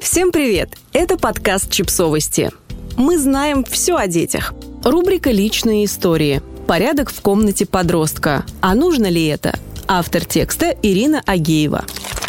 Всем привет! Это подкаст «Чипсовости». Мы знаем все о детях. Рубрика «Личные истории». Порядок в комнате подростка. А нужно ли это? Автор текста Ирина Агеева.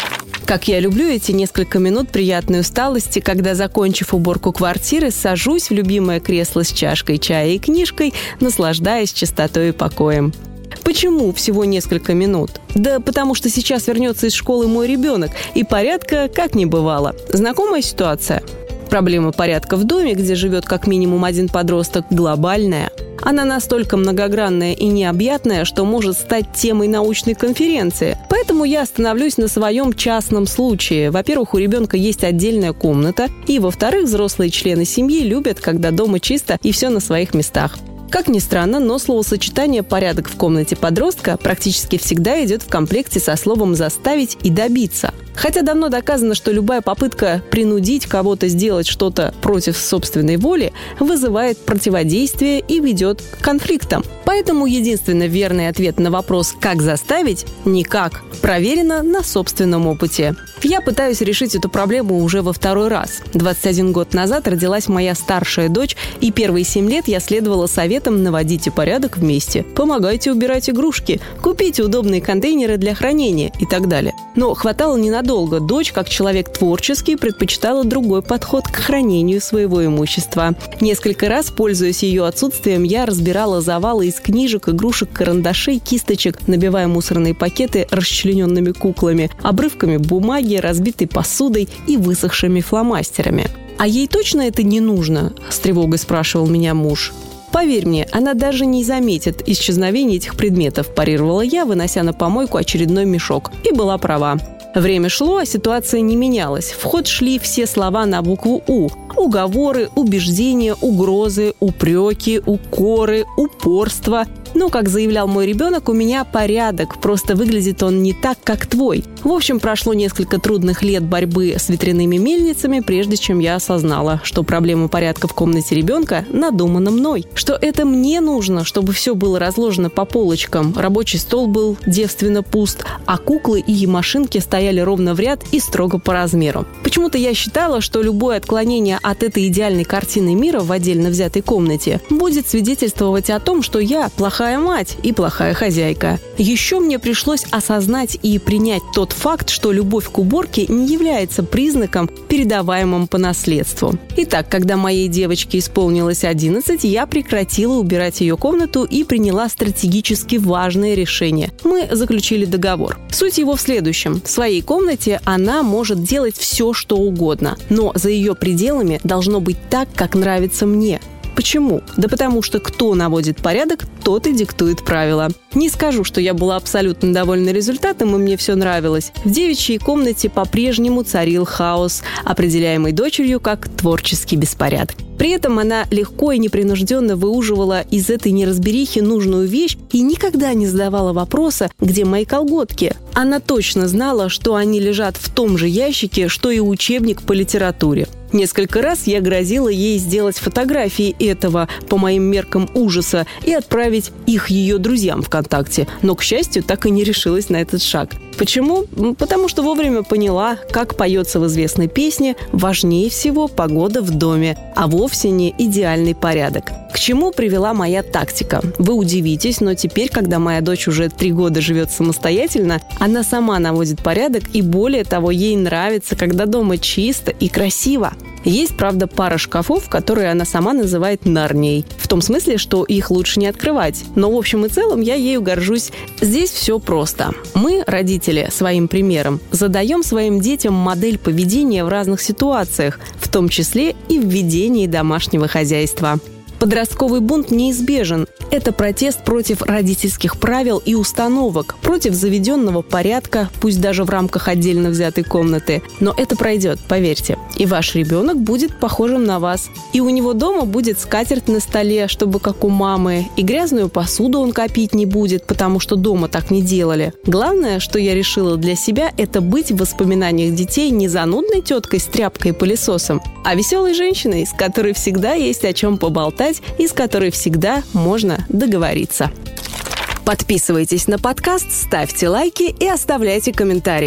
Как я люблю эти несколько минут приятной усталости, когда, закончив уборку квартиры, сажусь в любимое кресло с чашкой чая и книжкой, наслаждаясь чистотой и покоем. Почему всего несколько минут? Да потому что сейчас вернется из школы мой ребенок, и порядка как не бывало. Знакомая ситуация? Проблема порядка в доме, где живет как минимум один подросток, глобальная. Она настолько многогранная и необъятная, что может стать темой научной конференции. Поэтому я остановлюсь на своем частном случае. Во-первых, у ребенка есть отдельная комната, и, во-вторых, взрослые члены семьи любят, когда дома чисто и все на своих местах. Как ни странно, но словосочетание «порядок в комнате подростка» практически всегда идет в комплекте со словом «заставить» и «добиться». Хотя давно доказано, что любая попытка принудить кого-то сделать что-то против собственной воли вызывает противодействие и ведет к конфликтам. Поэтому единственно верный ответ на вопрос «как заставить» – никак. Проверено на собственном опыте. Я пытаюсь решить эту проблему уже во второй раз. 21 год назад родилась моя старшая дочь, и первые 7 лет я следовала советам «наводите порядок вместе», «помогайте убирать игрушки», «купите удобные контейнеры для хранения» и так далее. Но хватало ненадолго. Дочь, как человек творческий, предпочитала другой подход к хранению своего имущества. Несколько раз, пользуясь ее отсутствием, я разбирала завалы из книжек, игрушек, карандашей, кисточек, набивая мусорные пакеты расчлененными куклами, обрывками бумаги, разбитой посудой и высохшими фломастерами. «А ей точно это не нужно?» – с тревогой спрашивал меня муж. «Поверь мне, она даже не заметит исчезновения этих предметов», – парировала я, вынося на помойку очередной мешок. И была права. Время шло, а ситуация не менялась. В ход шли все слова на букву «У». Уговоры, убеждения, угрозы, упреки, укоры, упорство. Но, как заявлял мой ребенок, у меня порядок, просто выглядит он не так, как твой. В общем, прошло несколько трудных лет борьбы с ветряными мельницами, прежде чем я осознала, что проблема порядка в комнате ребенка надумана мной. Что это мне нужно, чтобы все было разложено по полочкам, рабочий стол был девственно пуст, а куклы и машинки стояли ровно в ряд и строго по размеру. Почему-то я считала, что любое отклонение от этой идеальной картины мира в отдельно взятой комнате будет свидетельствовать о том, что я плохая мать и плохая хозяйка. Еще мне пришлось осознать и принять тот факт, что любовь к уборке не является признаком, передаваемым по наследству. Итак, когда моей девочке исполнилось 11, я прекратила убирать ее комнату и приняла стратегически важное решение. Мы заключили договор. Суть его в следующем. В своей комнате она может делать все, что угодно, но за ее пределами должно быть так, как нравится мне. Почему? Да потому что кто наводит порядок, тот и диктует правила. Не скажу, что я была абсолютно довольна результатом, и мне все нравилось. В девичьей комнате по-прежнему царил хаос, определяемый дочерью как творческий беспорядок. При этом она легко и непринужденно выуживала из этой неразберихи нужную вещь и никогда не задавала вопроса, где мои колготки. Она точно знала, что они лежат в том же ящике, что и учебник по литературе. Несколько раз я грозила ей сделать фотографии этого, по моим меркам, ужаса и отправить их ее друзьям ВКонтакте, но, к счастью, так и не решилась на этот шаг. Почему? Потому что вовремя поняла, как поется в известной песне, важнее всего погода в доме, а вовсе не идеальный порядок. К чему привела моя тактика? Вы удивитесь, но теперь, когда моя дочь уже 3 года живет самостоятельно, она сама наводит порядок, и более того, ей нравится, когда дома чисто и красиво. Есть, правда, пара шкафов, которые она сама называет Нарнией. В том смысле, что их лучше не открывать. Но в общем и целом я ею горжусь. Здесь все просто. Мы, родители, своим примером задаем своим детям модель поведения в разных ситуациях, в том числе и в ведении домашнего хозяйства. Подростковый бунт неизбежен. Это протест против родительских правил и установок, против заведенного порядка, пусть даже в рамках отдельно взятой комнаты. Но это пройдет, поверьте. И ваш ребенок будет похожим на вас. И у него дома будет скатерть на столе, чтобы как у мамы. И грязную посуду он копить не будет, потому что дома так не делали. Главное, что я решила для себя, это быть в воспоминаниях детей не занудной теткой с тряпкой и пылесосом, а веселой женщиной, с которой всегда есть о чем поболтать и с которой всегда можно договориться. Подписывайтесь на подкаст, ставьте лайки и оставляйте комментарии.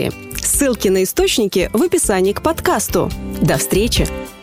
Ссылки на источники в описании к подкасту. До встречи!